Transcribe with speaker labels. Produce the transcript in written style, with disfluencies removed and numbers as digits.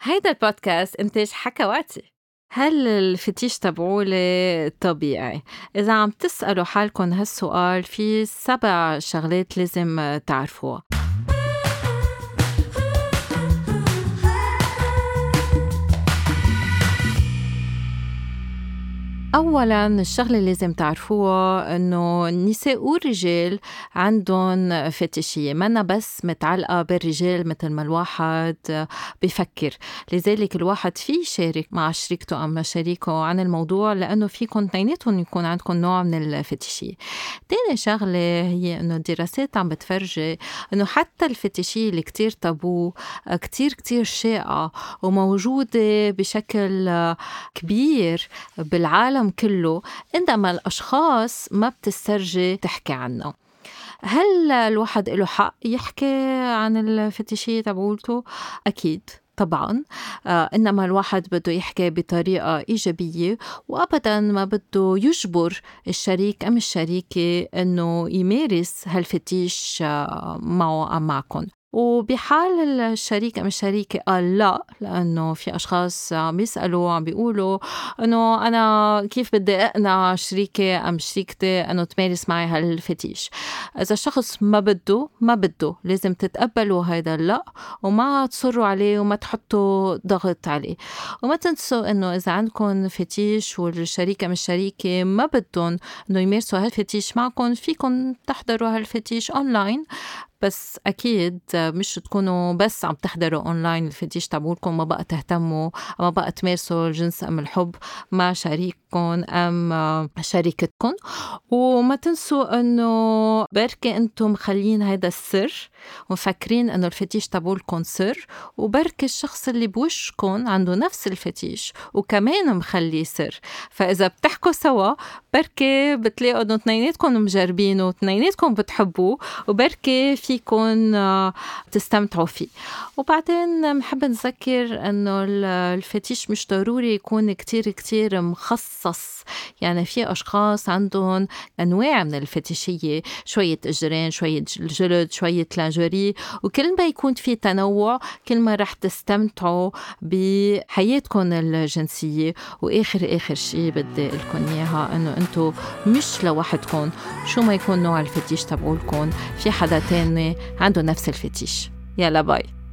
Speaker 1: هيدا البودكاست إنتاج حكواتي. هل الفتيش تبعولي طبيعي؟ إذا عم تسألوا حالكن هالسؤال في 7 شغلات لازم تعرفوها. أولاً الشغلة اللي لازم تعرفوها إنه النساء والرجال عندهم فتيشية، منا بس متعلقة بالرجال مثل ما الواحد بيفكر. لذلك الواحد فيه يشارك مع شريكته أو شريكه عن الموضوع، لأنه فيكن اثنيناتهم يكون عندكم نوع من الفتيشية. تاني شغلة هي إنه الدراسات عم بتفرجي إنه حتى الفتيشية اللي كتير تابو كتير شائعة وموجودة بشكل كبير بالعالم كله، عندما الأشخاص ما بتسترجي تحكي عنه. هل الواحد له حق يحكي عن الفتيشية تبعولته؟ أكيد طبعاً. إنما الواحد بده يحكي بطريقة إيجابية، وأبداً ما بده يجبر الشريك أم الشريكة إنه يمارس هالفتيش معه أم معكن. وبحال الشريك أم الشريكة قال لا، لأنه في أشخاص عم بيسألوا عم بيقولوا إنه أنا كيف بدي أقنع شريكي أم شريكتي إنه تمارس معي هالفتيش. إذا الشخص ما بده لازم تتقبلوا هيدا لا، وما تصروا عليه وما تحطوا ضغط عليه. وما تنسوا إنه إذا عندكم فتيش والشريكة أم الشريكة ما بدهم إنه يمارسوا هالفتيش معكم، فيكم تحضروا هالفتيش أونلاين. بس أكيد مش تكونوا بس عم تحضروا أونلاين الفتيش تبعولكم، ما بقى تهتموا، ما بقى تمارسوا الجنس أم الحب مع شريككم أم شريكتكم. وما تنسوا أنه بركي أنتم مخلين هيدا السر ومفكرين أنه الفتيش تبعولكم سر، وبركي الشخص اللي بوشكم عنده نفس الفتيش وكمان مخليه سر. فإذا بتحكوا سوا بركي بتلاقوا أنه اثنيناتكم مجربينه واثنيناتكم بتحبوه، وبركي فيكن تستمتعوا فيه. وبعدين محب نذكر أنه الفتيش مش ضروري يكون كتير مخصص. يعني في أشخاص عندهم أنواع من الفتيشية، شوية إجرين، شوية الجلد، شوية لانجوري، وكل ما يكون في تنوع كل ما رح تستمتعوا بحياتكم الجنسية. وآخر شيء بدي لكم إياها أنه أنتوا مش لوحدكم، شو ما يكون نوع الفتيش تبعولكم في حدا تاني عنده نفس الفتيش. يلا باي.